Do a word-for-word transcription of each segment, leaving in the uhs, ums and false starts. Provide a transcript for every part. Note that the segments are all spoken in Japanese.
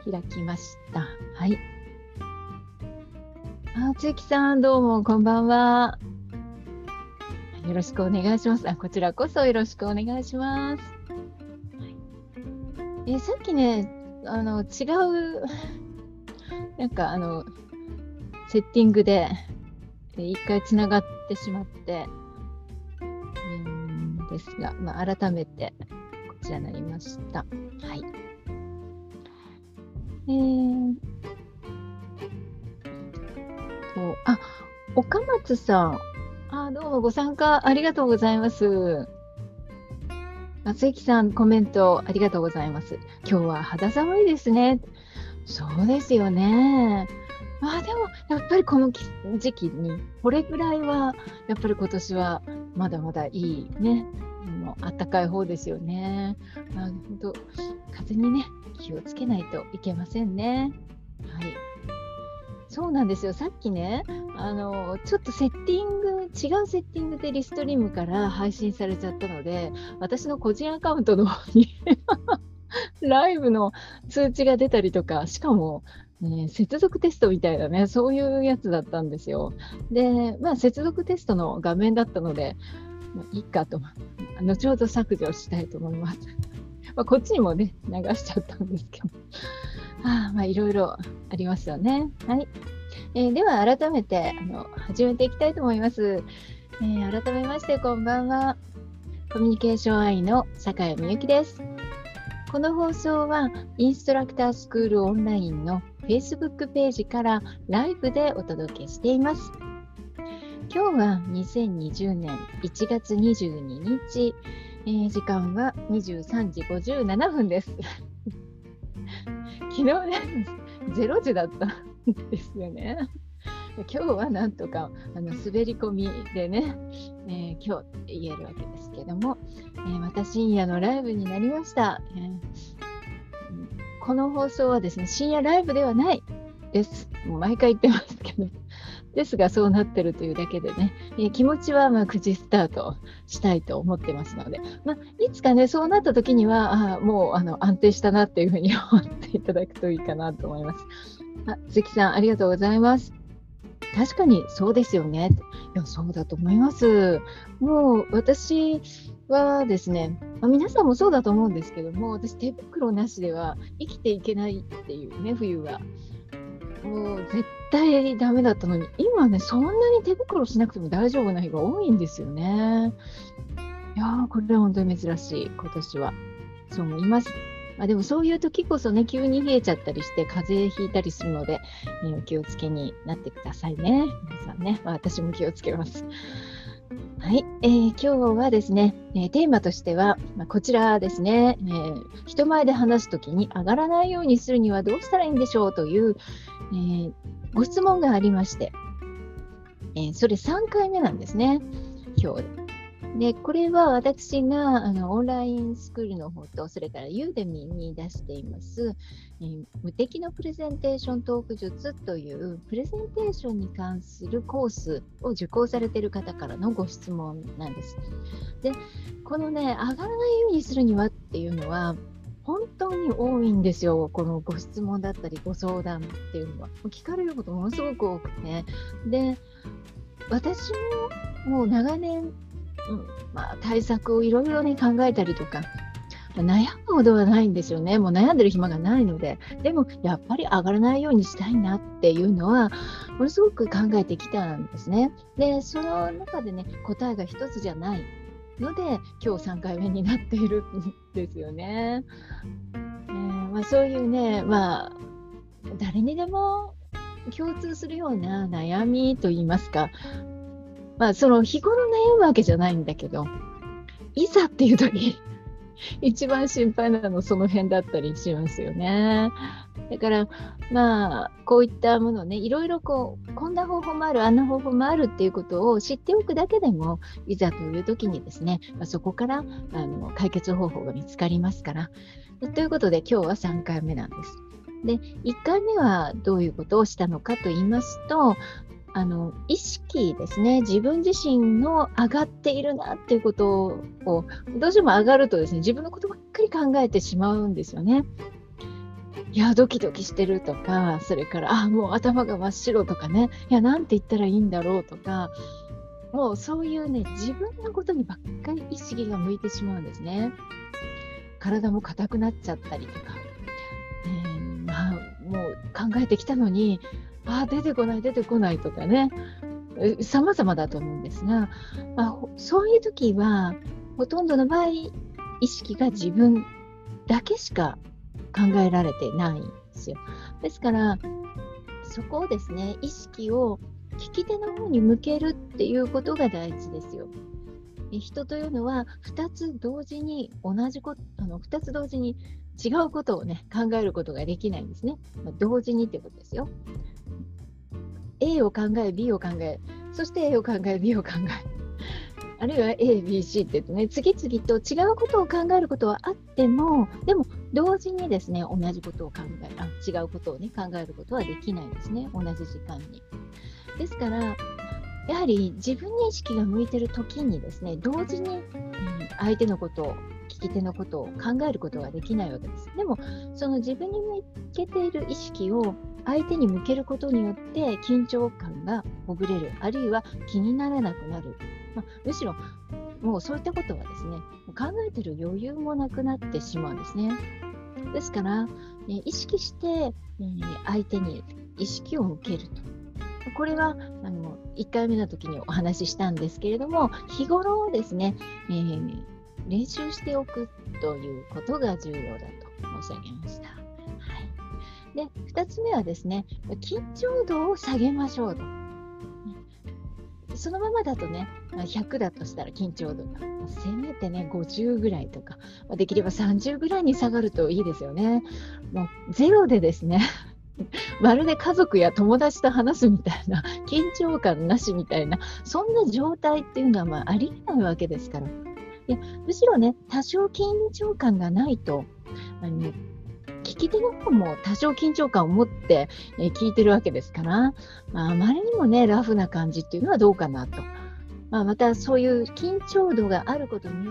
開きました。はい。あ、つゆきさん、どうも、こんばんは。よろしくお願いします。あ、こちらこそよろしくお願いします。え、さっきね、あの、違う、なんか、あの、セッティングで、え一回つながってしまって、うんですが、まあ、改めて、こちらになりました。はい。えーと、あ、岡松さん。あ、どうもご参加ありがとうございます。松井さん、コメントありがとうございます。今日は肌寒いですね。そうですよね。まあでも、やっぱりこのき時期に、これぐらいは、やっぱり今年はまだまだいいね。あの、暖かい方ですよね。あの、本当、風にね、気をつけないといけませんね。はい。そうなんですよ。さっきね、あの、ちょっとセッティング、違うセッティングでリストリームから配信されちゃったので、私の個人アカウントの方にライブの通知が出たりとか、しかも、ね、接続テストみたいなね、そういうやつだったんですよ。で、まあ、接続テストの画面だったので、まあ、いいかと、後ほど削除したいと思います。まあ、こっちにもね、流しちゃったんですけど。あまあ、いろいろありますよね。はい。えー、では、改めて、あの、始めていきたいと思います。えー、改めまして、こんばんは。コミュニケーションアイの坂井美由紀です。この放送は、インストラクタースクールオンラインの Facebook ページからライブでお届けしています。今日はにせんにじゅうねんいちがつにじゅうににち、えー、時間はにじゅうさんじごじゅうななふんです。昨日ね、ゼロじだったんですよね。今日はなんとかあの滑り込みでね、えー、今日言えるわけですけども、えー、また深夜のライブになりました、えー、この放送はですね、深夜ライブではないです。もう毎回言ってますけど、ですがそうなってるというだけでね、えー、気持ちはまあくじスタートしたいと思ってますので、まあ、いつかねそうなった時にはあもうあの安定したなっていうふうに思っていただくといいかなと思います。あ、関さんありがとうございます。確かにそうですよね。いや、そうだと思います。もう私はですね、まあ、皆さんもそうだと思うんですけども、私手袋なしでは生きていけないっていうね、冬は。もう絶対ダメだったのに、今ね、そんなに手袋しなくても大丈夫な日が多いんですよね。いやー、これは本当に珍しい、今年は。そう思います。まあ、でもそういう時こそね、急に冷えちゃったりして、風邪ひいたりするので、えーお気をつけになってくださいね。皆さんね。まあ、私も気をつけます。はい、えー今日はですね、えーテーマとしては、まあ、こちらですね、えー人前で話すときに上がらないようにするにはどうしたらいいんでしょうという、えーご質問がありまして、えーそれさんかいめなんですね、今日。で、これは私があのオンラインスクールの方と、それからユーデミーに出しています、えー無敵のプレゼンテーショントーク術というプレゼンテーションに関するコースを受講されている方からのご質問なんです。で、このね、上がらないようにするにはっていうのは、本当に多いんですよ。このご質問だったりご相談っていうのは。聞かれることものすごく多くて。で、私ももう長年、うんまあ、対策をいろいろね考えたりとか、悩むほどはないんですよね。もう悩んでる暇がないので。でもやっぱり上がらないようにしたいなっていうのはものすごく考えてきたんですね。で、その中でね、答えが一つじゃないので今日さんかいめになっているんですよね。えーまあ、そういうね、まあ、誰にでも共通するような悩みといいますか、まあ、その日頃悩むわけじゃないんだけど、いざっていう時一番心配なのその辺だったりしますよね。だからまあこういったものをね、いろいろこうこんな方法もある、あんな方法もあるっていうことを知っておくだけでも、いざという時にですね、まあ、そこからあの解決方法が見つかりますから。ということで今日はさんかいめなんです。で、いっかいめはどういうことをしたのかと言いますと、あの意識ですね、自分自身の上がっているなっていうことを、どうしても上がるとですね、自分のことばっかり考えてしまうんですよね。 いや、ドキドキしてるとか、それから、あ、もう頭が真っ白とかね、いや、なんて言ったらいいんだろうとか、もうそういうね、自分のことにばっかり意識が向いてしまうんですね。体も硬くなっちゃったりとか、えーまあ、もう考えてきたのに、あ、出てこない、出てこないとかね、え様々だと思うんですが、まあ、ほそういう時は、ほとんどの場合、意識が自分だけしか考えられてないんですよ。ですから、そこをですね、意識を聞き手の方に向けるっていうことが大事ですよ。え人というのはふたつ同時に同じことあのふたつ同時に違うことをね考えることができないんですね。まあ、同時にってことですよ。A を考え B を考え、そして A を考え B を考え、あるいは A、B、C って言ってね、次々と違うことを考えることはあっても、でも同時にですね、同じことを考えあ違うことをね考えることはできないんですね。同じ時間に。ですから、やはり自分に意識が向いている時にですね、同時に、うん、相手のことを、聞き手のことを考えることができないわけです。でも、その自分に向けている意識を相手に向けることによって緊張感がほぐれる、あるいは気にならなくなる。まあ、むしろ、もうそういったことはですね、考えている余裕もなくなってしまうんですね。ですから、え意識して、え相手に意識を向けると。これはあのいっかいめの時にお話ししたんですけれども、日頃ですね、えー練習しておくということが重要だと申し上げました。はい、で、ふたつめはですね、緊張度を下げましょうと。そのままだとね、ひゃくだとしたら緊張度が、せめてね、ごじゅうぐらいとか、できればさんじゅうぐらいに下がるといいですよね。もうゼロでですね、まるで家族や友達と話すみたいな、緊張感なしみたいな、そんな状態っていうのはまあありえないわけですから。いや、むしろね、多少緊張感がないと、あの聞き手の方も多少緊張感を持って、えー聞いてるわけですから、まあ、あまりにもね、ラフな感じっていうのはどうかなと。まあ、また、そういう緊張度があることによって、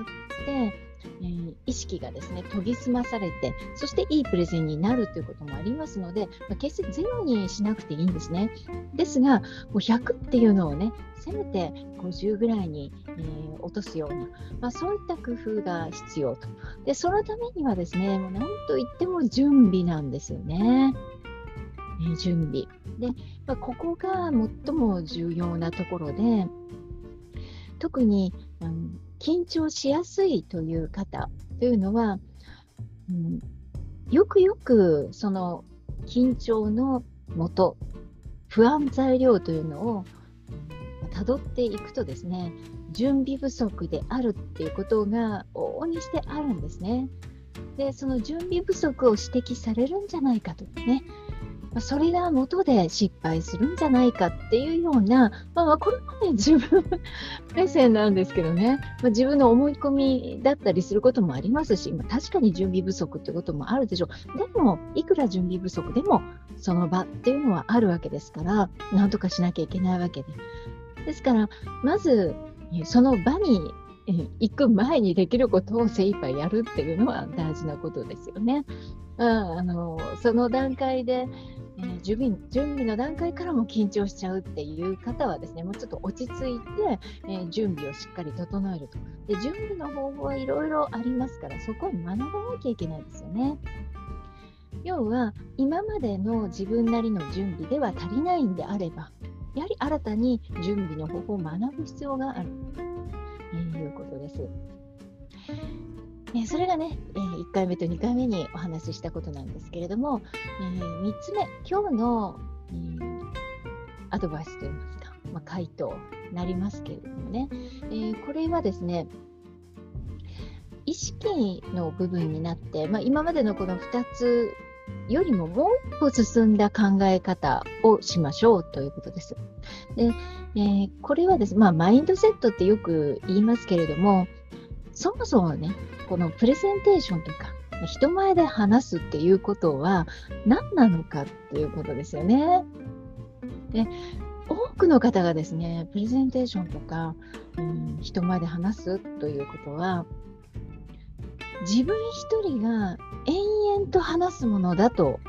えー意識がですね、研ぎ澄まされて、そしていいプレゼンになるということもありますので、まあ、決してゼロにしなくていいんですね。ですが、もうひゃくっていうのをね、せめてごじゅうぐらいに、えー落とすような、まあ、そういった工夫が必要と。で、そのためにはですね、もう何といっても準備なんですよね。えー準備。で、まあ、ここが最も重要なところで、特に、うん、緊張しやすいという方というのは、うん、よくよくその緊張のもと、不安材料というのをたどっていくとですね、準備不足であるっていうことが往々にしてあるんですね。で、その準備不足を指摘されるんじゃないかとかね、それが元で失敗するんじゃないかっていうような、まあ、これもね、自分目線なんですけどね、まあ、自分の思い込みだったりすることもありますし、まあ、確かに準備不足ってこともあるでしょう。でも、いくら準備不足でも、その場っていうのはあるわけですから、なんとかしなきゃいけないわけで。ですから、まず、その場に行く前にできることを精一杯やるっていうのは大事なことですよね。うん、あのその段階で、えー準備、準備の段階からも緊張しちゃうっていう方はですね、もうちょっと落ち着いて、えー準備をしっかり整えると。で、準備の方法はいろいろありますから、そこを学ばなきゃいけないですよね。要は、今までの自分なりの準備では足りないんであれば、やはり新たに準備の方法を学ぶ必要があるということです。えーそれがね、えーいっかいめとにかいめにお話ししたことなんですけれども、えーみっつめ、今日の、えーアドバイスといいますか、まあ、回答になりますけれどもね、えーこれはですね、意識の部分になって、まあ、今までのこのふたつよりももう一歩進んだ考え方をしましょうということです。で、えーこれはですね、まあ、マインドセットってよく言いますけれども、そもそもね、このプレゼンテーションとか、人前で話すっていうことは何なのかっていうことですよね。で、多くの方がですね、プレゼンテーションとか、うん、人前で話すということは、自分一人が延々と話すものだと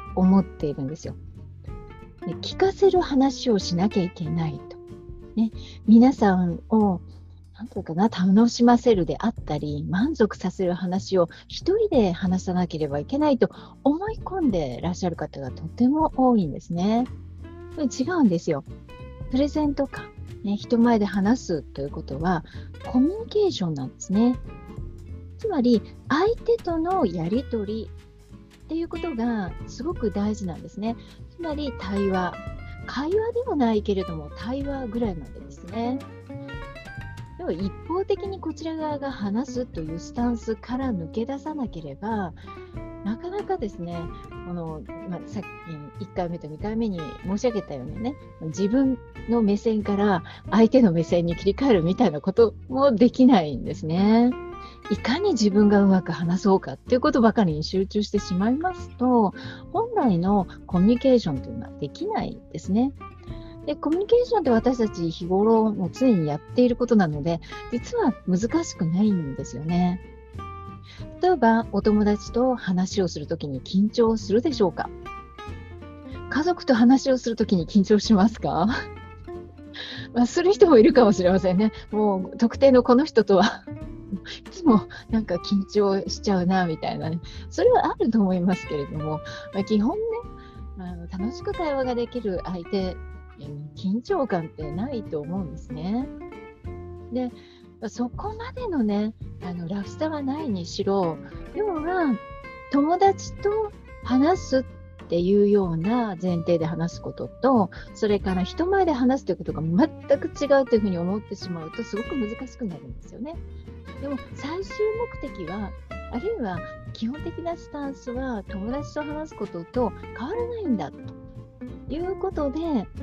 思っているんですよ。で、聞かせる話をしなきゃいけないと。ね、皆さんをなんていうかな、楽しませるであったり、満足させる話を一人で話さなければいけないと思い込んでいらっしゃる方がとても多いんですね。違うんですよ。プレゼンとか、ね、人前で話すということはコミュニケーションなんですね。つまり相手とのやり取りっていうことがすごく大事なんですね。つまり対話、会話ではないけれども対話ぐらいまでですね。でも一方的にこちら側が話すというスタンスから抜け出さなければ、なかなかですね、この、まあ、さっきいっかいめとにかいめに申し上げたようにね、自分の目線から相手の目線に切り替えるみたいなこともできないんですね。いかに自分がうまく話そうかっていうことばかりに集中してしまいますと、本来のコミュニケーションというのはできないですね。で、コミュニケーションって私たち日頃も常にやっていることなので、実は難しくないんですよね。例えば、お友達と話をするときに緊張するでしょうか？家族と話をするときに緊張しますか？まあ、する人もいるかもしれませんね。もう特定のこの人とはいつもなんか緊張しちゃうなみたいなね、それはあると思いますけれども、まあ、基本ね、あの楽しく会話ができる相手、緊張感ってないと思うんですね。で、そこまでのね、あのラフさはないにしろ、要は友達と話すっていうような前提で話すことと、それから人前で話すということが全く違うというふうに思ってしまうとすごく難しくなるんですよね。でも最終目的は、あるいは基本的なスタンスは友達と話すことと変わらないんだということで、うん、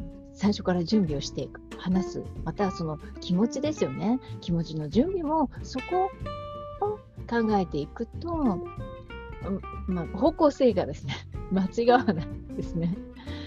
最初から準備をしていく、話す、またその気持ちですよね。気持ちの準備もそこを考えていくと、まあ、方向性がですね間違わないですね。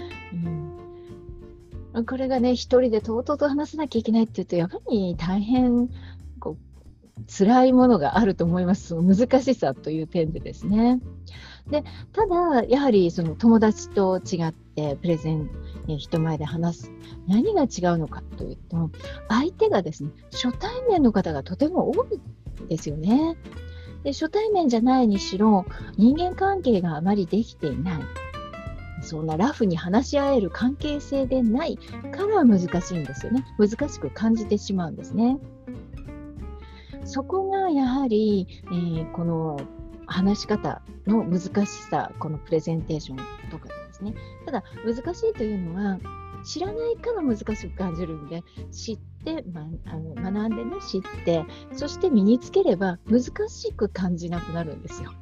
うん、これがね、一人でとうとうと話さなきゃいけないっていうと、やっぱり大変こう辛いものがあると思います。その難しさという点でですね。で、ただやはりその友達と違ってプレゼン、え人前で話す、何が違うのかというと、相手がですね、初対面の方がとても多いですよね。で、初対面じゃないにしろ、人間関係があまりできていない、そんなラフに話し合える関係性でないから難しいんですよね。難しく感じてしまうんですね。そこがやはり、えー、この話し方の難しさ、このプレゼンテーションとかですね。ただ難しいというのは知らないから難しく感じるんで、知って、ま、あの学んでね、知ってそして身につければ難しく感じなくなるんですよ。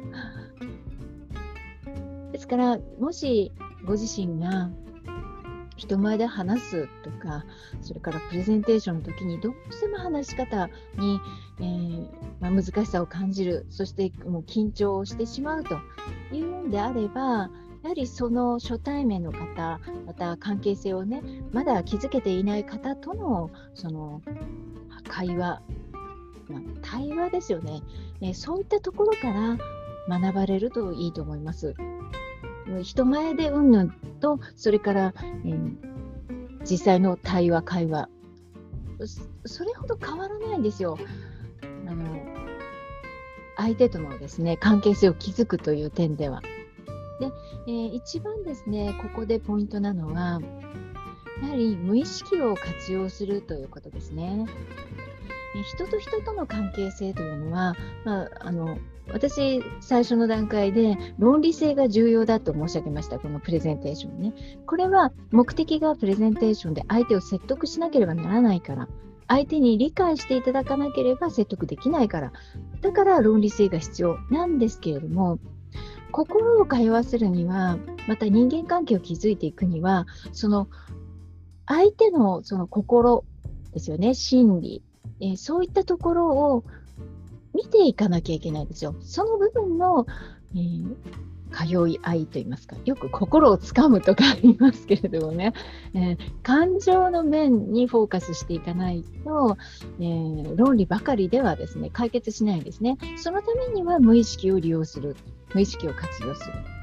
ですからもしご自身が人前で話すとか、それからプレゼンテーションの時にどうしても話し方に、えーまあ、難しさを感じる、そしてもう緊張してしまうというんであれば、やはりその初対面の方、また関係性をね、まだ築けていない方とのその会話、まあ、対話ですよね、えー、そういったところから学ばれるといいと思います。人前でうんぬんと、それから、えー、実際の対話、会話、それほど変わらないんですよ。あの相手とのですね、関係性を築くという点では。で、えー、一番ですね、ここでポイントなのは、やはり無意識を活用するということですね。人と人との関係性というのは、まあ、あの私最初の段階で論理性が重要だと申し上げました。このプレゼンテーションね。これは目的がプレゼンテーションで相手を説得しなければならないから、相手に理解していただかなければ説得できないから、だから論理性が必要なんですけれども、心を通わせるには、また人間関係を築いていくには、その相手のその心ですよね、心理、えー、そういったところを見ていかなきゃいけないんですよ。その部分の、えー、通い合いといいますか、よく心をつかむとか言いますけれどもね、えー、感情の面にフォーカスしていかないと、えー、論理ばかりではですね、解決しないんですね。そのためには無意識を利用する、無意識を活用する。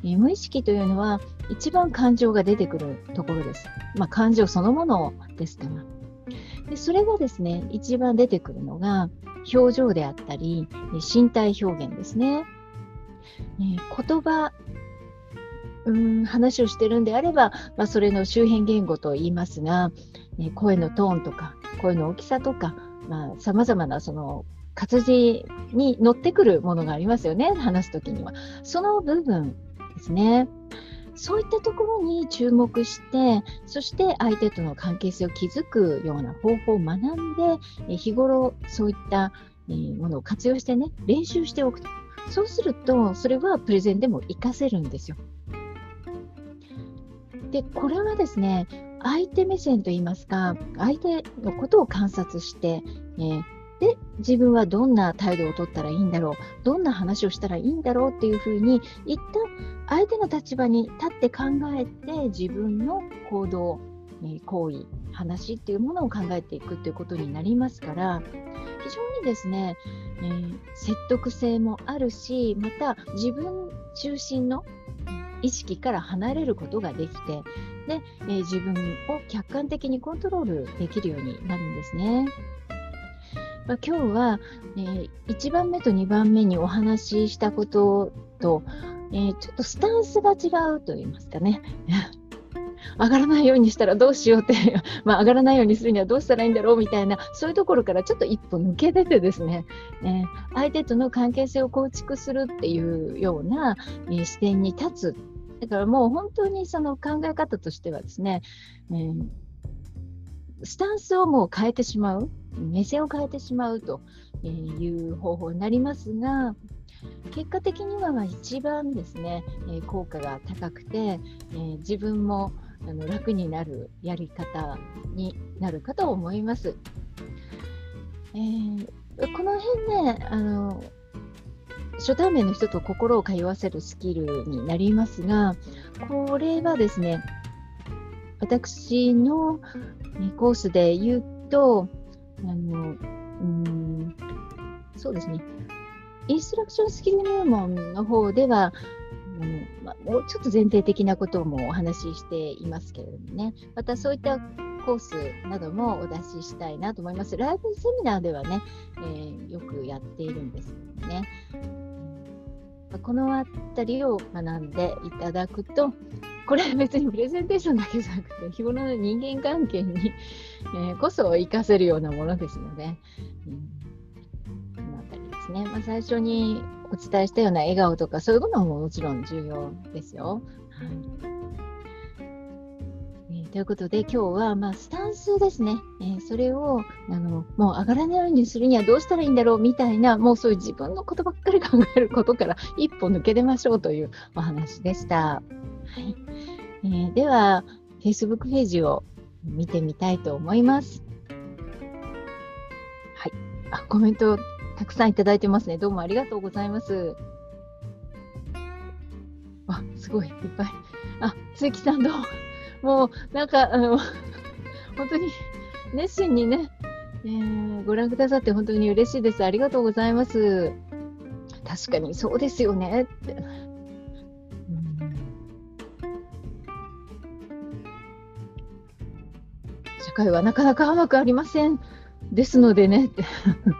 えー無意識というのは一番感情が出てくるところです。まあ、感情そのものですから。でそれがですね、一番出てくるのが表情であったり、えー身体表現ですね。えー言葉、うーん、話をしてるんであれば、まあ、それの周辺言語と言いますが、えー声のトーンとか、声の大きさとか、まあ、様々なその活字に乗ってくるものがありますよね、話すときには。その部分ですね。そういったところに注目して、そして相手との関係性を築くような方法を学んで、えー日頃そういった、えーものを活用してね、練習しておくと。そうすると、それはプレゼンでも活かせるんですよ。で、これはですね、相手目線といいますか、相手のことを観察して、えーで、自分はどんな態度を取ったらいいんだろう、どんな話をしたらいいんだろうっていうふうに、一旦相手の立場に立って考えて、自分の行動、えー行為、話っていうものを考えていくということになりますから、非常にですね、えー説得性もあるし、また自分中心の意識から離れることができて、で、えー自分を客観的にコントロールできるようになるんですね。まあ、今日は、えーいちばんめとにばんめにお話ししたことと、えーちょっとスタンスが違うと言いますかね。上がらないようにしたらどうしようってまあ上がらないようにするにはどうしたらいいんだろうみたいな、そういうところからちょっと一歩抜け出てですね、えー相手との関係性を構築するっていうような、えー視点に立つ。だからもう本当にその考え方としてはですね、えースタンスをもう変えてしまう、目線を変えてしまうという方法になりますが、結果的にはまあ一番ですね、えー効果が高くて、えー自分もあの楽になるやり方になるかと思います。えーこの辺ね、あの初対面の人と心を通わせるスキルになりますが、これはですね、私のえーコースで言うと、あのうーんそうですね、インストラクションスキル入門の方では、うんまあ、もうちょっと前提的なこともお話ししていますけれどもね、またそういったコースなどもお出ししたいなと思います。ライブセミナーではね、えーよくやっているんですけどね。まあこのあたりを学んでいただくと、これは別にプレゼンテーションだけじゃなくて、日頃の人間関係に、えーこそ活かせるようなものですので、うんこのあたりですね。まあ、最初にお伝えしたような笑顔とかそういうものももちろん重要ですよ。はいえーということで今日はまあスタンスですね、えーそれをあのもう上がらないようにするにはどうしたらいいんだろうみたいな、もうそういう自分のことばっかり考えることから一歩抜け出ましょうというお話でした。はいえーでは Facebook ページを見てみたいと思います。はい、あコメントたくさんいただいてますね。どうもありがとうございます。あ、すごいいっぱい。あ、鈴木さんどうも。もうなんかあの本当に熱心にね、えーご覧くださって本当に嬉しいです。ありがとうございます。確かにそうですよねって。うん社会はなかなか甘くありません。ですのでねって。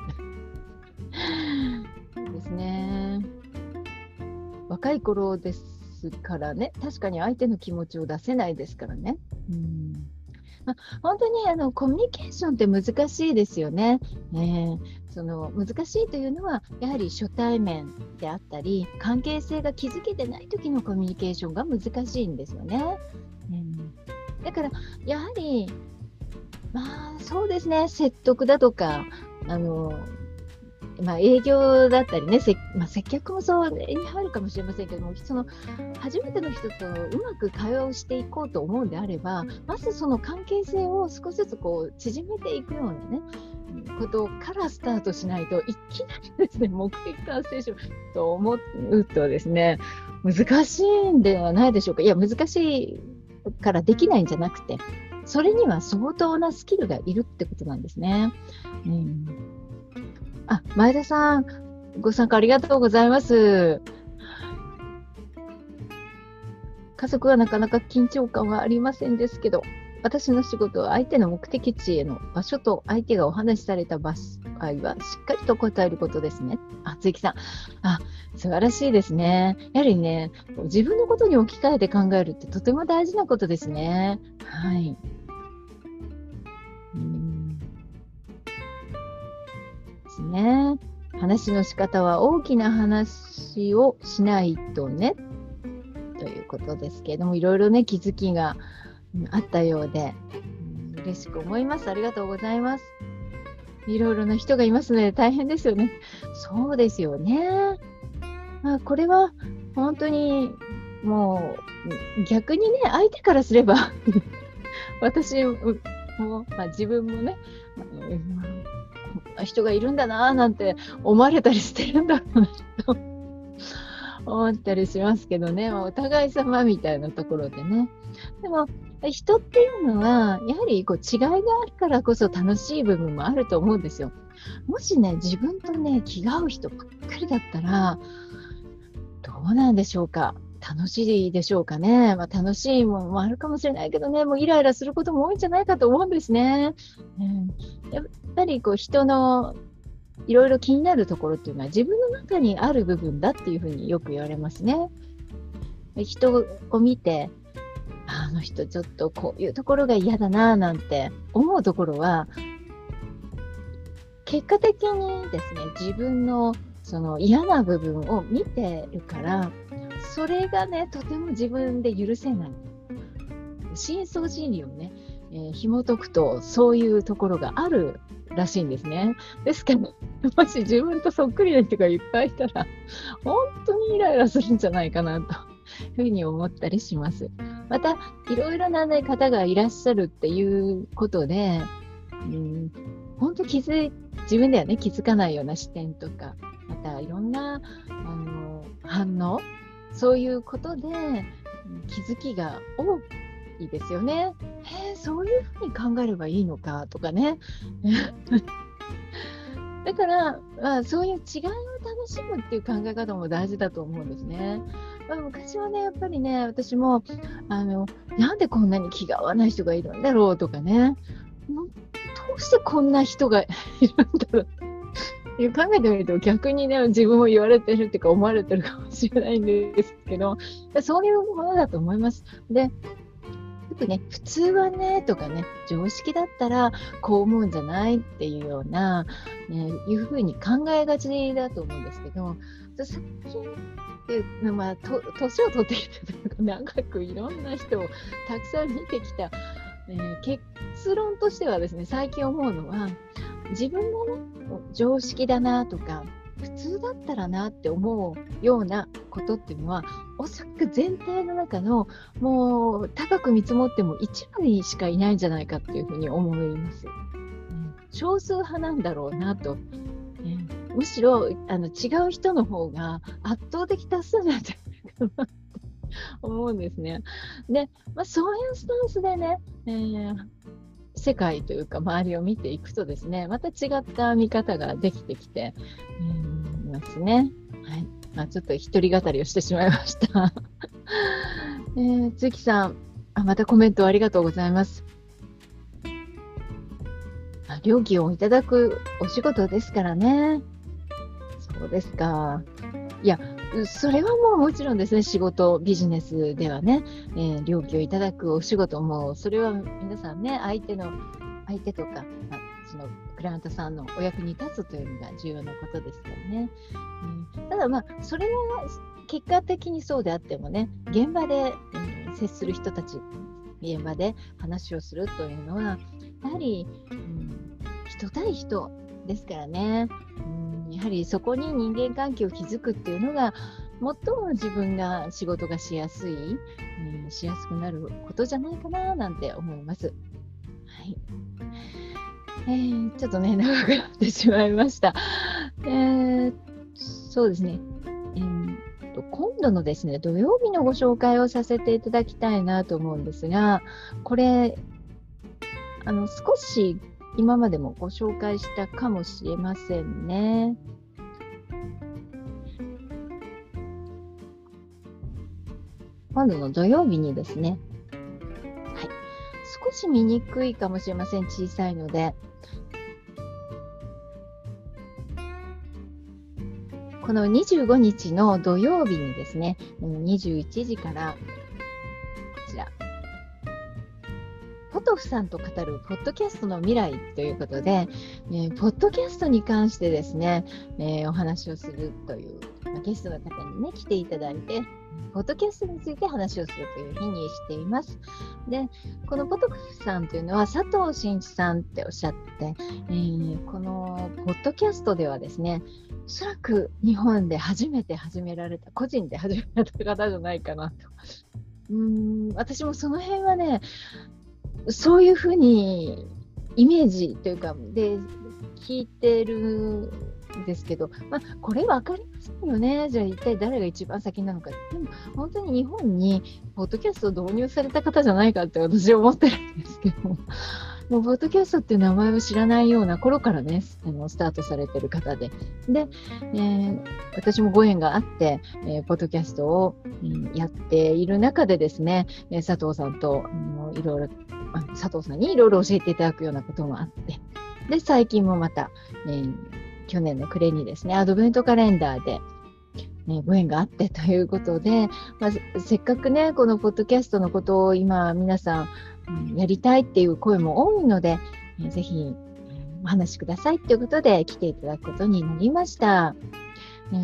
そうですね。若い頃ですからね、確かに相手の気持ちを出せないですからね。うんまあ、本当にあのコミュニケーションって難しいですよね。えーその難しいというのはやはり初対面であったり関係性が築けてない時のコミュニケーションが難しいんですよね。うんだからやはりまあそうですね、説得だとかあのまあ、営業だったりね、せまあ、接客もそうに入るかもしれませんけども、その初めての人とうまく会話をしていこうと思うんであれば、まずその関係性を少しずつこう縮めていくようなね、ことからスタートしないといきなりですね、目的達成しようと思うとですね、難しいんではないでしょうか。いや、難しいからできないんじゃなくて、それには相当なスキルがいるってことなんですね。うんあ、前田さん、ご参加ありがとうございます。 家族はなかなか緊張感はありませんですけど、私の仕事は相手の目的地への場所と相手がお話しされた場合はしっかりと答えることですね。あ、つゆきさん。あ、素晴らしいですね。やはりね、自分のことに置き換えて考えるってとても大事なことですね。はい。うんですね。話の仕方は大きな話をしないとね、ということですけれども、いろいろね、気づきがうんあったようで、うん嬉しく思います。ありがとうございます。いろいろな人がいますので大変ですよね。そうですよね。まあ、これは本当にもう逆にね、相手からすれば私も、まあ、自分もね、あのこんな人がいるんだなぁなんて思われたりしてるんだろうなと思ったりしますけどね、まあ、お互い様みたいなところでね。でも人っていうのはやはりこう違いがあるからこそ楽しい部分もあると思うんですよ。もしね、自分とね、気が合う人ばっかりだったら、どうなんでしょうか。楽しいでしょうかね。まあ、楽しいものもあるかもしれないけどね、もうイライラすることも多いんじゃないかと思うんですね。うん、やっぱりこう人のいろいろ気になるところっていうのは自分の中にある部分だっていうふうによく言われますね。人を見て、あの人ちょっとこういうところが嫌だなぁなんて思うところは、結果的にですね、自分のその嫌な部分を見てるから、それがね、とても自分で許せない。深層心理をね、えー紐解くと、そういうところがあるらしいんですね。ですから、もし自分とそっくりな人がいっぱいいたら、本当にイライラするんじゃないかなというふうに思ったりします。また、いろいろな、ね、方がいらっしゃるっていうことで、うん、本当気づい、自分ではね、気づかないような視点とか、またいろんなあの反応、そういうことでうん気づきが多いですよね。へえ、そういうふうに考えればいいのかとかね。だから、まあ、そういう違いを楽しむっていう考え方も大事だと思うんですね。まあ、昔はね、やっぱりね、私もあの、なんでこんなに気が合わない人がいるんだろうとかね、んどうしてこんな人がいるんだろうっていう考えてみると逆にね、自分も言われてるっていうか思われてるかもしれないんですけど、そういうものだと思います。で、よくね、普通はねとかね、常識だったらこう思うんじゃないっていうような、ね、いうふうに考えがちだと思うんですけど、最近っていうのは、まあ、と年を取ってきてというか、長くいろんな人をたくさん見てきた、えー結論としてはですね、最近思うのは、自分のね、常識だなとか、普通だったらなって思うようなことっていうのは、おそらく全体の中のもう高く見積もっても一割しかいないんじゃないかっていうふうに思います。うん少数派なんだろうなと。ねむしろあの違う人の方が圧倒的多数なんじゃないかなと思うんですね。で、まあ、そういうスタンスでね、えー世界というか周りを見ていくとですね、また違った見方ができてきて、えーいますね。はい。まあ、ちょっと一人語りをしてしまいました。えー、つきさんあ、またコメントありがとうございます。あ料金をいただくお仕事ですからね。そうですか。いや、それはもうもちろんですね、仕事、ビジネスではね、えー料金をいただくお仕事も、それは皆さんね、相手の、相手とか、まあ、そのクライアントさんのお役に立つというのが重要なことですからね。うん、ただまあ、それが結果的にそうであってもね、現場で、うん接する人たち、現場で話をするというのは、やはり、うん、人対人ですからね。うんやはりそこに人間関係を築くっていうのが最も自分が仕事がしやすい、うんしやすくなることじゃないかななんて思います。はいえー、ちょっとね長くなってしまいました。えー、そうですね、えーと今度のですね土曜日のご紹介をさせていただきたいなと思うんですが、これあの少し今までもご紹介したかもしれませんね。 今度の土曜日にですね、はい、少し見にくいかもしれません。小さいので。このにじゅうごにちの土曜日にですね、にじゅういちじからこちら、ポトフさんと語るポッドキャストの未来ということで、えー、ポッドキャストに関してですね、えー、お話をするという、まあ、ゲストの方にね、来ていただいて、ポッドキャストについて話をするという日にしています。で、このポトフさんというのは佐藤真一さんっておっしゃって、えー、このポッドキャストではですね、おそらく日本で初めて始められた、個人で始められた方じゃないかなと。うーん、私もその辺はね、そういうふうにイメージというかで聞いてるんですけど、まあ、これ分かりませんよね。じゃあ一体誰が一番先なのか。でも本当に日本にポッドキャストを導入された方じゃないかって私は思ってるんですけども、もうポッドキャストっていう名前を知らないような頃からね、あのスタートされてる方で、で、えー、私もご縁があって、えー、ポッドキャストを、うん、やっている中でですね、佐藤さんと、うん、いろいろ佐藤さんにいろいろ教えていただくようなこともあって、で最近もまた、えー、去年の暮れにですね、アドベントカレンダーで、ね、ご縁があってということで、まあ、せっかくねこのポッドキャストのことを今皆さん、うん、やりたいっていう声も多いので、えー、ぜひお話しくださいということで来ていただくことになりました。うん、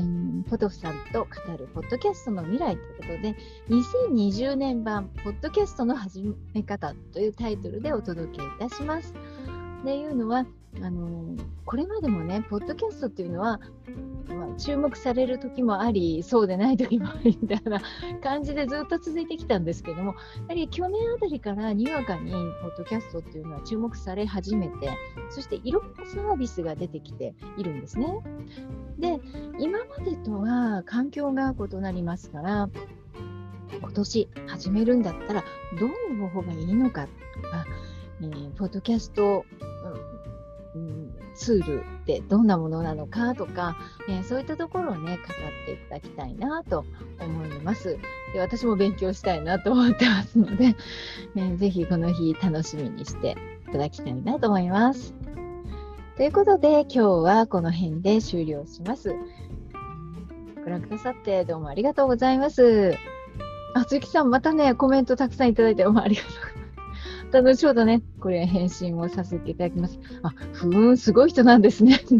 ポトフさんと語るポッドキャストの未来ということで、にせんにじゅうねん版ポッドキャストの始め方というタイトルでお届けいたします。っていうのは、あのこれまでもね、ポッドキャストっていうのは、まあ、注目される時もあり、そうでない時もありみたいな感じでずっと続いてきたんですけども、やはり去年あたりからにわかにポッドキャストっていうのは注目され始めて、そしていろんなサービスが出てきているんですね。で、今までとは環境が異なりますから、今年始めるんだったらどういう方法がいいのかとか、えー、ポッドキャスト、うん、ツールってどんなものなのかとか、えー、そういったところをね語っていただきたいなと思います。で、私も勉強したいなと思ってますので、えー、ぜひこの日楽しみにしていただきたいなと思います。ということで今日はこの辺で終了します。ご覧くださってどうもありがとうございます。あ、鈴木さんまたねコメントたくさんいただいてどうもありがとうございます。後ほどね、これ返信をさせていただきます。あ、ふーん、すごい人なんですね。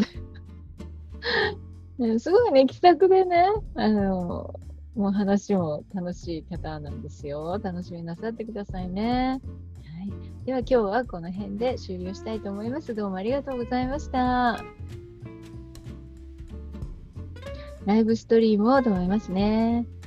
すごいね、気さくでね、あの、もう話も楽しい方なんですよ。楽しみなさってくださいね。はい。では今日はこの辺で終了したいと思います。どうもありがとうございました。ライブストリームを止めますね。